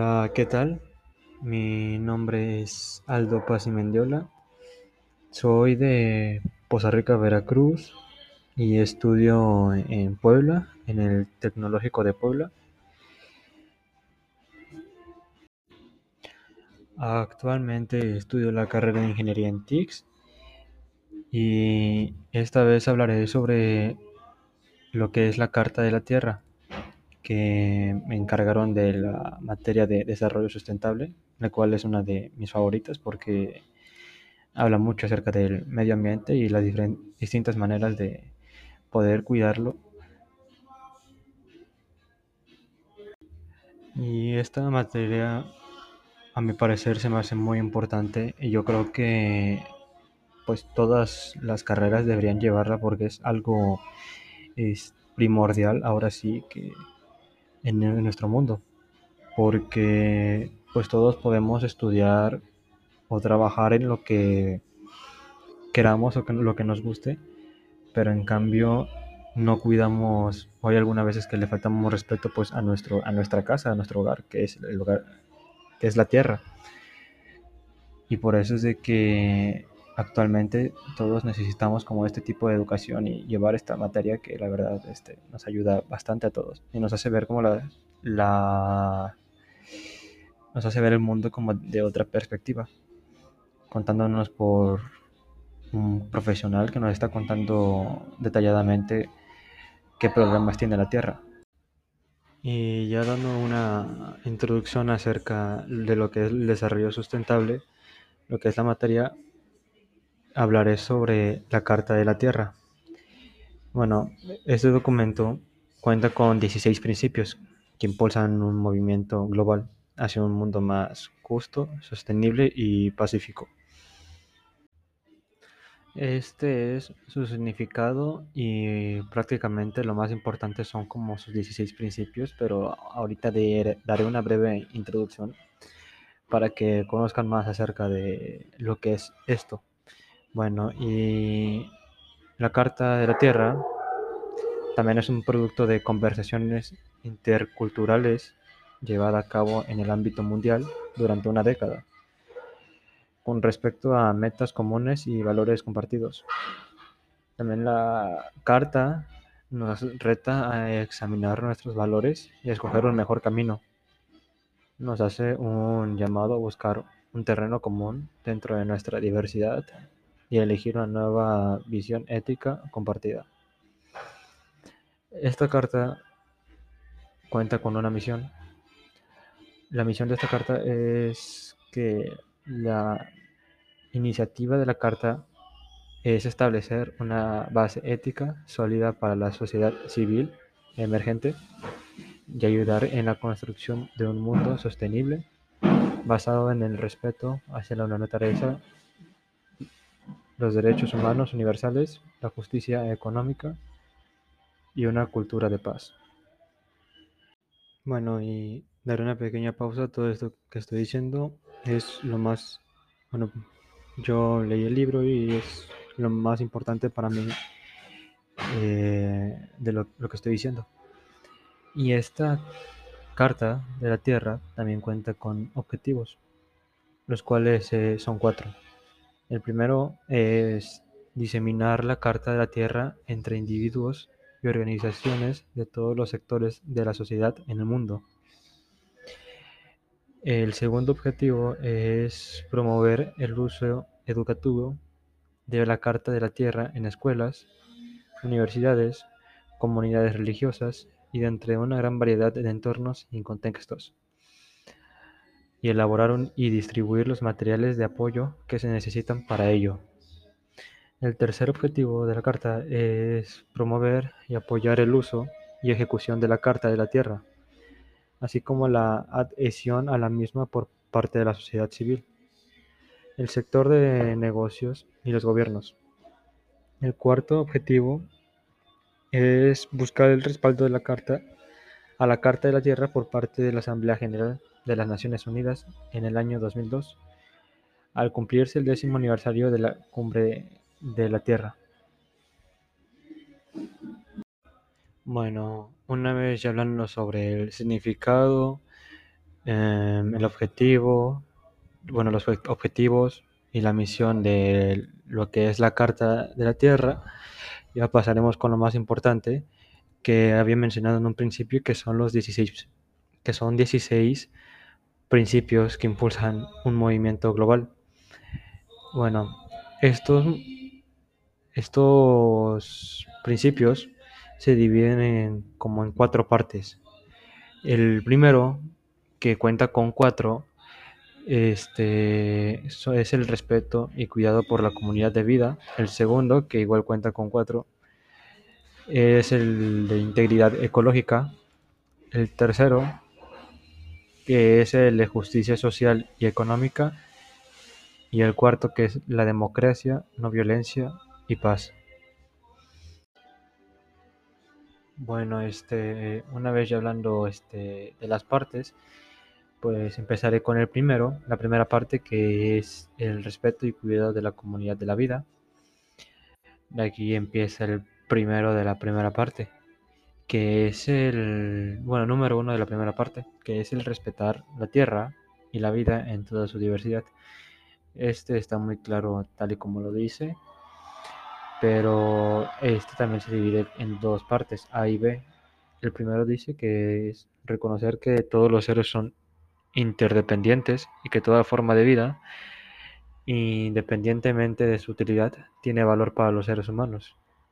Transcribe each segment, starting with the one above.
Hola, ¿qué tal? Mi nombre es Aldo Paz y Mendiola. Soy de Poza Rica, Veracruz y estudio en Puebla, en el Tecnológico de Puebla. Actualmente estudio la carrera de Ingeniería en TICS y esta vez hablaré sobre lo que es la Carta de la Tierra, que me encargaron de la materia de desarrollo sustentable, la cual es una de mis favoritas porque habla mucho acerca del medio ambiente y las distintas maneras de poder cuidarlo. Y esta materia, a mi parecer, se me hace muy importante y yo creo que pues todas las carreras deberían llevarla porque es algo primordial ahora sí que en nuestro mundo, porque pues todos podemos estudiar o trabajar en lo que queramos o lo que nos guste, pero en cambio no cuidamos, o hay algunas veces que le faltamos respeto pues a nuestra casa, a nuestro hogar, que es el hogar, que es la tierra. Y por eso es de que actualmente todos necesitamos como este tipo de educación y llevar esta materia que la verdad nos ayuda bastante a todos y nos hace ver como la nos hace ver el mundo como de otra perspectiva, contándonos por un profesional que nos está contando detalladamente qué problemas tiene la Tierra. Y ya dando una introducción acerca de lo que es el desarrollo sustentable, lo que es la materia, hablaré sobre la Carta de la Tierra. Bueno, este documento cuenta con 16 principios que impulsan un movimiento global hacia un mundo más justo, sostenible y pacífico. Este es su significado y prácticamente lo más importante son como sus 16 principios, pero ahorita daré una breve introducción para que conozcan más acerca de lo que es esto. Bueno, y la Carta de la Tierra también es un producto de conversaciones interculturales llevada a cabo en el ámbito mundial durante una década, con respecto a metas comunes y valores compartidos. También la carta nos reta a examinar nuestros valores y a escoger un mejor camino. Nos hace un llamado a buscar un terreno común dentro de nuestra diversidad y a elegir una nueva visión ética compartida. Esta carta cuenta con una misión. La misión de esta carta es que la iniciativa de la carta es establecer una base ética sólida para la sociedad civil emergente y ayudar en la construcción de un mundo sostenible basado en el respeto hacia la naturaleza, los derechos humanos universales, la justicia económica y una cultura de paz. Bueno, y daré una pequeña pausa a todo esto que estoy diciendo. Es lo más, bueno, yo leí el libro y es lo más importante para mí de lo que estoy diciendo. Y esta carta de la Tierra también cuenta con objetivos, los cuales son cuatro. El primero es diseminar la Carta de la Tierra entre individuos y organizaciones de todos los sectores de la sociedad en el mundo. El segundo objetivo es promover el uso educativo de la Carta de la Tierra en escuelas, universidades, comunidades religiosas y de entre una gran variedad de entornos y contextos, y elaborar y distribuir los materiales de apoyo que se necesitan para ello. El tercer objetivo de la Carta es promover y apoyar el uso y ejecución de la Carta de la Tierra, así como la adhesión a la misma por parte de la sociedad civil, el sector de negocios y los gobiernos. El cuarto objetivo es buscar el respaldo de la Carta a la Carta de la Tierra por parte de la Asamblea General de las Naciones Unidas en el año 2002, al cumplirse el 10º aniversario de la Cumbre de la Tierra. Bueno, una vez ya hablando sobre el significado el objetivo, bueno, los objetivos y la misión de lo que es la Carta de la Tierra. Ya pasaremos con lo más importante que había mencionado en un principio, que son 16 principios que impulsan un movimiento global. Bueno, estos principios se dividen como en 4 partes. El primero, que cuenta con 4, eso es el respeto y cuidado por la comunidad de vida. El segundo, que igual cuenta con 4, es el de integridad ecológica. El tercero, que es el de justicia social y económica. Y el cuarto, que es la democracia, no violencia y paz. Bueno, una vez ya hablando de las partes, pues empezaré con el primero, la primera parte, que es el respeto y cuidado de la comunidad de la vida. De aquí empieza el primero de la primera parte, que es número uno de la primera parte, que es el respetar la tierra y la vida en toda su diversidad. Este está muy claro tal y como lo dice, pero este también se divide en 2 partes, A y B. El primero dice que es reconocer que todos los seres son interdependientes y que toda forma de vida, independientemente de su utilidad, tiene valor para los seres humanos.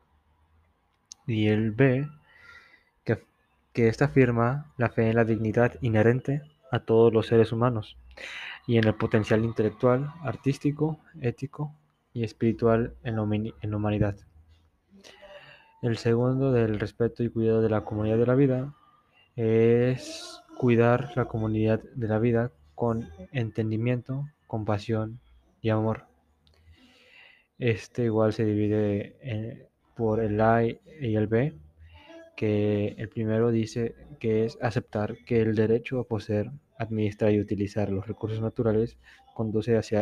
Y el B, que, que esta afirma la fe en la dignidad inherente a todos los seres humanos y en el potencial intelectual, artístico, ético y espiritual en la humanidad. El segundo, del respeto y cuidado de la comunidad de la vida, es cuidar la comunidad de la vida con entendimiento, compasión y amor. Este igual se divide por el A y el B, que el primero dice que es aceptar que el derecho a poseer, administrar y utilizar los recursos naturales conduce hacia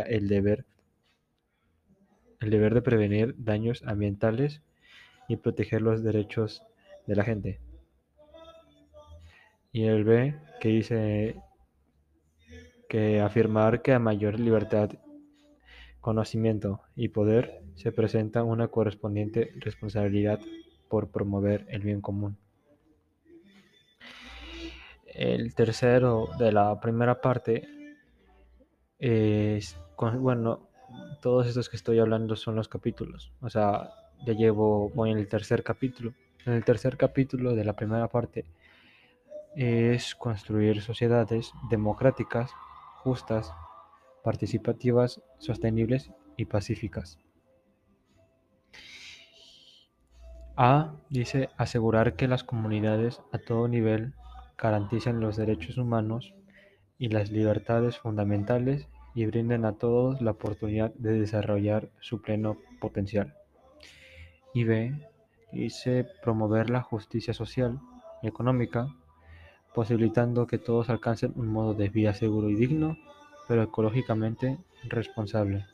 el deber de prevenir daños ambientales y proteger los derechos de la gente. Y el B, que dice que afirmar que a mayor libertad, conocimiento y poder se presenta una correspondiente responsabilidad por promover el bien común. El tercero de la primera parte es, bueno, todos estos que estoy hablando son los capítulos, o sea, voy en el tercer capítulo. En el tercer capítulo de la primera parte es construir sociedades democráticas, justas, participativas, sostenibles y pacíficas. A dice asegurar que las comunidades a todo nivel garanticen los derechos humanos y las libertades fundamentales y brinden a todos la oportunidad de desarrollar su pleno potencial. Y B dice promover la justicia social y económica, posibilitando que todos alcancen un modo de vida seguro y digno, pero ecológicamente responsable.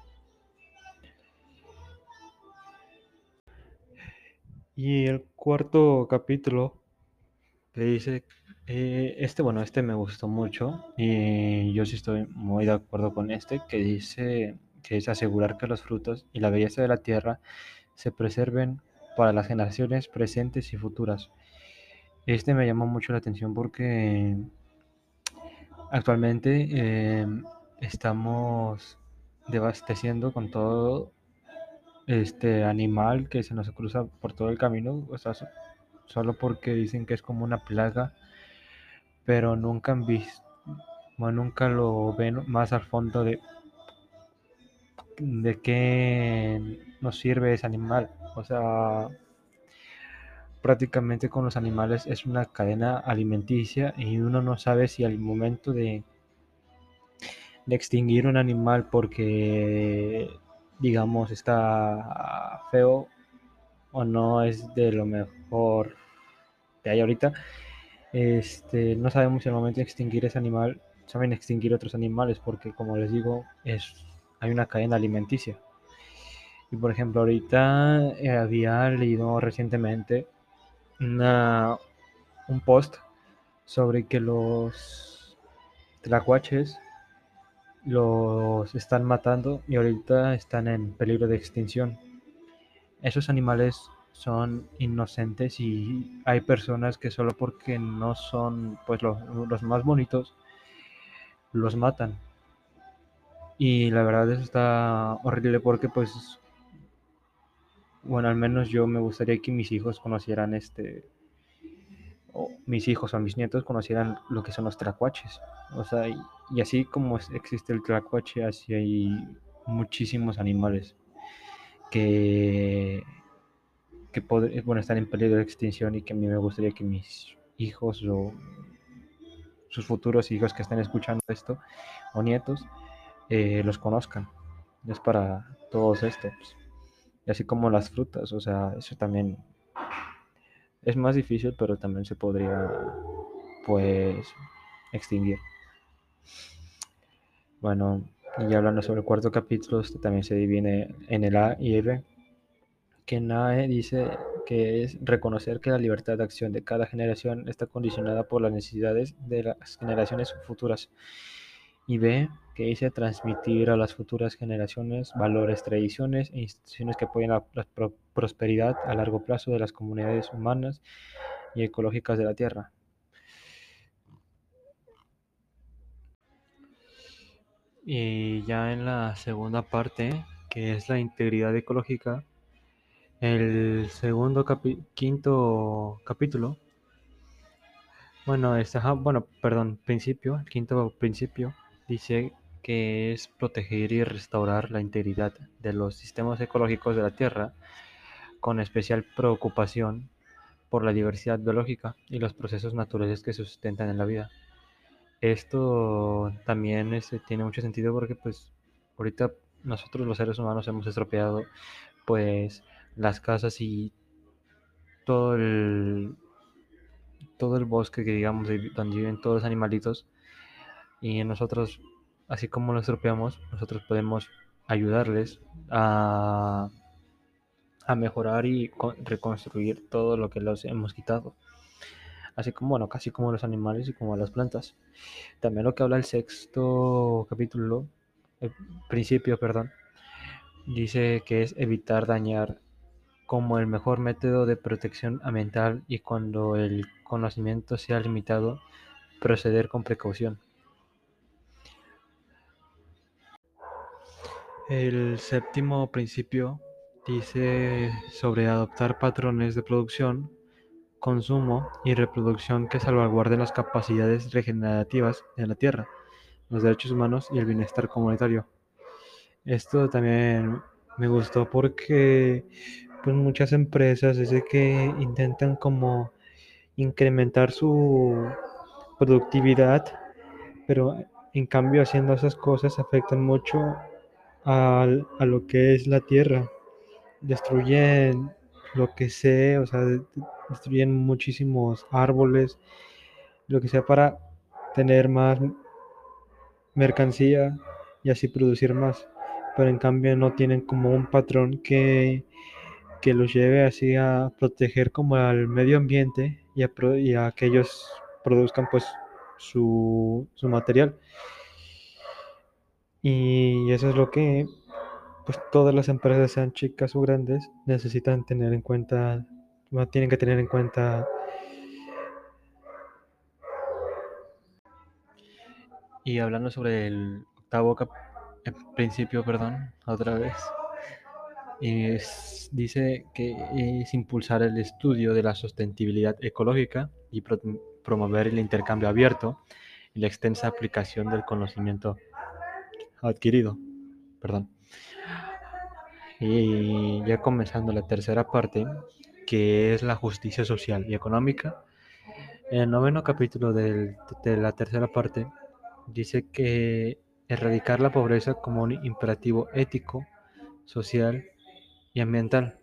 Y el cuarto capítulo te dice, este me gustó mucho y yo sí estoy muy de acuerdo con que dice que es asegurar que los frutos y la belleza de la tierra se preserven para las generaciones presentes y futuras. Este me llamó mucho la atención porque actualmente estamos devasteciendo con todo este animal que se nos cruza por todo el camino, o sea, solo porque dicen que es como una plaga, pero nunca han visto, bueno, nunca lo ven más al fondo de qué nos sirve ese animal. O sea, prácticamente con los animales es una cadena alimenticia y uno no sabe si al momento de extinguir un animal porque, digamos, está feo o no es de lo mejor que hay ahorita, no sabemos si al momento de extinguir ese animal saben extinguir otros animales porque, como les digo, hay una cadena alimenticia. Y por ejemplo, ahorita había leído recientemente una, un post sobre que tlacuaches los están matando y ahorita están en peligro de extinción. Esos animales son inocentes y hay personas que solo porque no son pues los más bonitos los matan. Y la verdad eso está horrible porque pues bueno, al menos yo me gustaría que mis hijos conocieran o mis hijos o mis nietos conocieran lo que son los tlacuaches. O sea, y así como existe el tlacuache, así hay muchísimos animales que, bueno, están en peligro de extinción y que a mí me gustaría que mis hijos o sus futuros hijos que estén escuchando esto o nietos los conozcan. Es para todos estos. Y así como las frutas, o sea, eso también es más difícil, pero también se podría, pues, extinguir. Bueno, y hablando sobre el cuarto capítulo, este también se divide en el A y el B, que en A dice que es reconocer que la libertad de acción de cada generación está condicionada por las necesidades de las generaciones futuras. Y B, que dice transmitir a las futuras generaciones valores, tradiciones e instituciones que apoyen la prosperidad a largo plazo de las comunidades humanas y ecológicas de la Tierra. Y ya en la segunda parte, que es la integridad ecológica, el quinto capítulo, principio, el quinto principio, dice que es proteger y restaurar la integridad de los sistemas ecológicos de la Tierra, con especial preocupación por la diversidad biológica y los procesos naturales que se sustentan en la vida. Esto también tiene mucho sentido porque pues ahorita nosotros los seres humanos hemos estropeado pues las casas y todo el, todo el bosque que digamos donde viven todos los animalitos y nosotros así como lo estropeamos nosotros podemos ayudarles a mejorar y reconstruir todo lo que los hemos quitado, así como bueno casi como los animales y como las plantas. También lo que habla el sexto capítulo, el principio, perdón, dice que es evitar dañar como el mejor método de protección ambiental y cuando el conocimiento sea limitado, proceder con precaución. El séptimo principio dice sobre adoptar patrones de producción, consumo y reproducción que salvaguarden las capacidades regenerativas de la tierra, los derechos humanos y el bienestar comunitario. Esto también me gustó porque pues muchas empresas es de que intentan como incrementar su productividad, pero en cambio haciendo esas cosas afectan mucho a lo que es la tierra. Destruyen lo que sea, o sea, destruyen muchísimos árboles, lo que sea para tener más mercancía y así producir más. Pero en cambio no tienen como un patrón que los lleve así a proteger como al medio ambiente y a que ellos produzcan pues su material. Y eso es lo que pues todas las empresas, sean chicas o grandes, necesitan tener en cuenta, tienen que tener en cuenta. Y hablando sobre el octavo principio, perdón, otra vez, dice que es impulsar el estudio de la sostenibilidad ecológica y promover el intercambio abierto y la extensa aplicación del conocimiento adquirido. Perdón. Y ya comenzando la tercera parte, que es la justicia social y económica. En el noveno capítulo de la tercera parte dice que erradicar la pobreza como un imperativo ético, social y ambiental.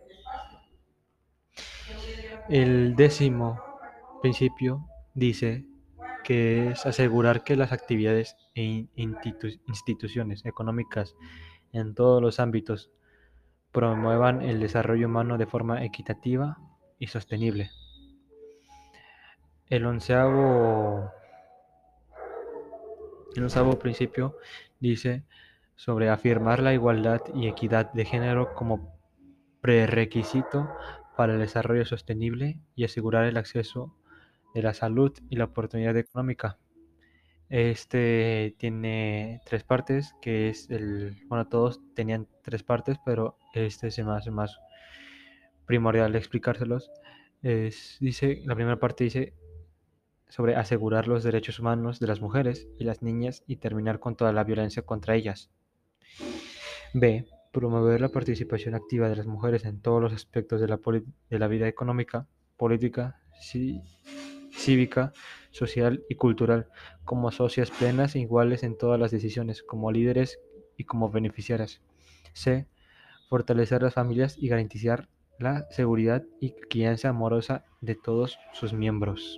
El décimo principio dice que es asegurar que las actividades e instituciones económicas en todos los ámbitos promuevan el desarrollo humano de forma equitativa y sostenible. El onceavo El 11º principio dice sobre afirmar la igualdad y equidad de género como prerequisito para el desarrollo sostenible y asegurar el acceso de la salud y la oportunidad económica. Este tiene tres partes, que es bueno, todos tenían tres partes, pero este se me hace más primordial explicárselos. La primera parte dice sobre asegurar los derechos humanos de las mujeres y las niñas y terminar con toda la violencia contra ellas. B. Promover la participación activa de las mujeres en todos los aspectos de la vida económica, política, cívica, social y cultural, como socias plenas e iguales en todas las decisiones, como líderes y como beneficiarias. C. Fortalecer las familias y garantizar la seguridad y crianza amorosa de todos sus miembros.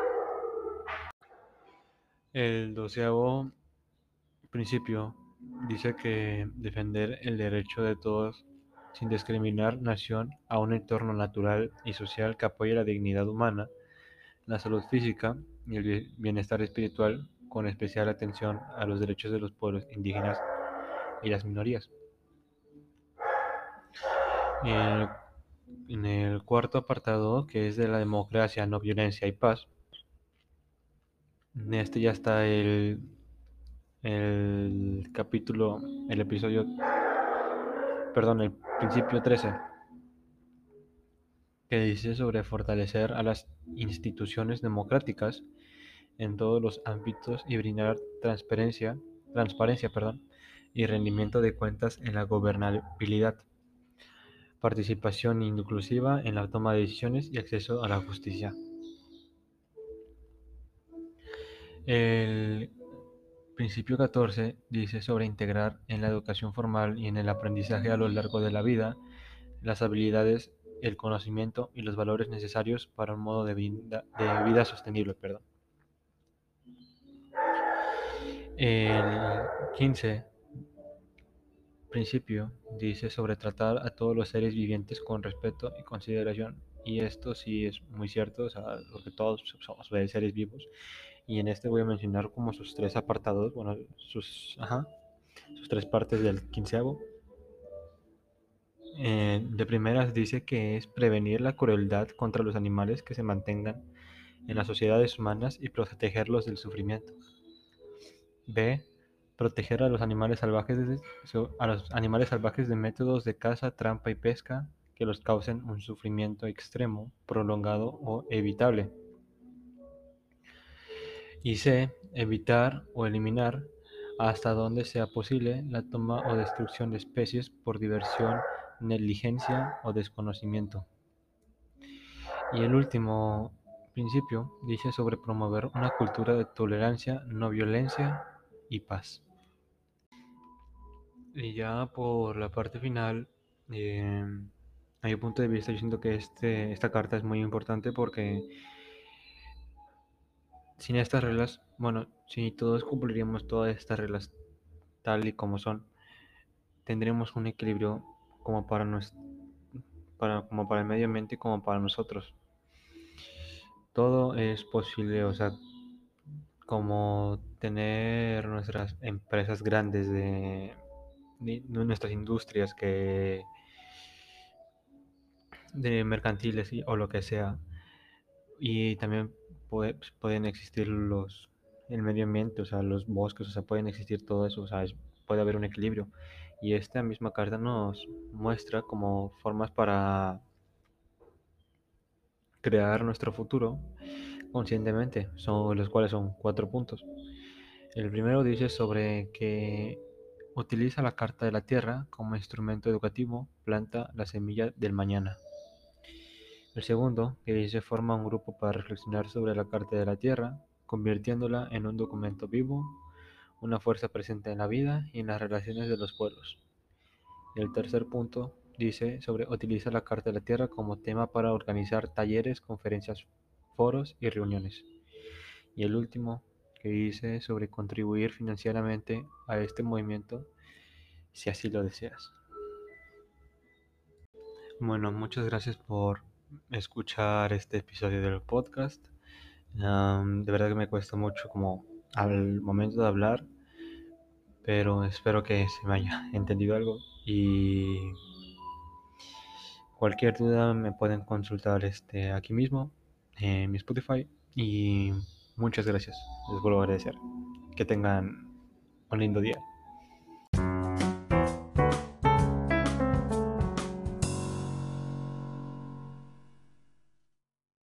El 12º principio dice que defender el derecho de todos sin discriminar nación a un entorno natural y social que apoye la dignidad humana, la salud física y el bienestar espiritual, con especial atención a los derechos de los pueblos indígenas y las minorías. En en el cuarto apartado, que es de la democracia, no violencia y paz, en este ya está el capítulo, el episodio, perdón, el principio 13, que dice sobre fortalecer a las instituciones democráticas en todos los ámbitos y brindar transparencia, perdón, y rendimiento de cuentas en la gobernabilidad, participación inclusiva en la toma de decisiones y acceso a la justicia. El principio 14 dice sobre integrar en la educación formal y en el aprendizaje a lo largo de la vida las habilidades, el conocimiento y los valores necesarios para un modo de vida sostenible. Perdón. El 15 principio dice sobre tratar a todos los seres vivientes con respeto y consideración. Y esto sí es muy cierto, o sea, porque todos somos seres vivos. Y en este voy a mencionar como sus tres apartados, bueno, sus tres partes del 15º. De primeras dice que es prevenir la crueldad contra los animales que se mantengan en las sociedades humanas y protegerlos del sufrimiento. B. Proteger a los animales salvajes de métodos de caza, trampa y pesca que los causen un sufrimiento extremo, prolongado o evitable. Y C. Evitar o eliminar hasta donde sea posible la toma o destrucción de especies por diversión, negligencia o desconocimiento. Y el último principio dice sobre promover una cultura de tolerancia, no violencia y paz. Y ya por la parte final, eh, a mi punto de vista, yo siento que esta carta es muy importante porque sin estas reglas, bueno, si todos cumpliríamos todas estas reglas tal y como son, tendríamos un equilibrio como como para el medio ambiente y como para nosotros. Todo es posible, o sea, como tener nuestras empresas grandes de nuestras industrias de mercantiles o lo que sea. Y también pueden existir el medio ambiente, o sea, los bosques, o sea, pueden existir todo eso, o sea, puede haber un equilibrio. Y esta misma carta nos muestra como formas para crear nuestro futuro conscientemente, son los cuales son 4 puntos. El primero dice sobre que utiliza la carta de la tierra como instrumento educativo, planta la semilla del mañana. El segundo, que dice forma un grupo para reflexionar sobre la carta de la tierra, convirtiéndola en un documento vivo, una fuerza presente en la vida y en las relaciones de los pueblos. Y el tercer punto dice sobre utiliza la carta de la tierra como tema para organizar talleres, conferencias, foros y reuniones. Y el último, que dice sobre contribuir financieramente a este movimiento si así lo deseas. Bueno, muchas gracias por escuchar este episodio del podcast. De verdad que me cuesta mucho como al momento de hablar, pero espero que se me haya entendido algo. Y cualquier duda me pueden consultar aquí mismo en mi Spotify. Y muchas gracias, les vuelvo a agradecer. Que tengan un lindo día.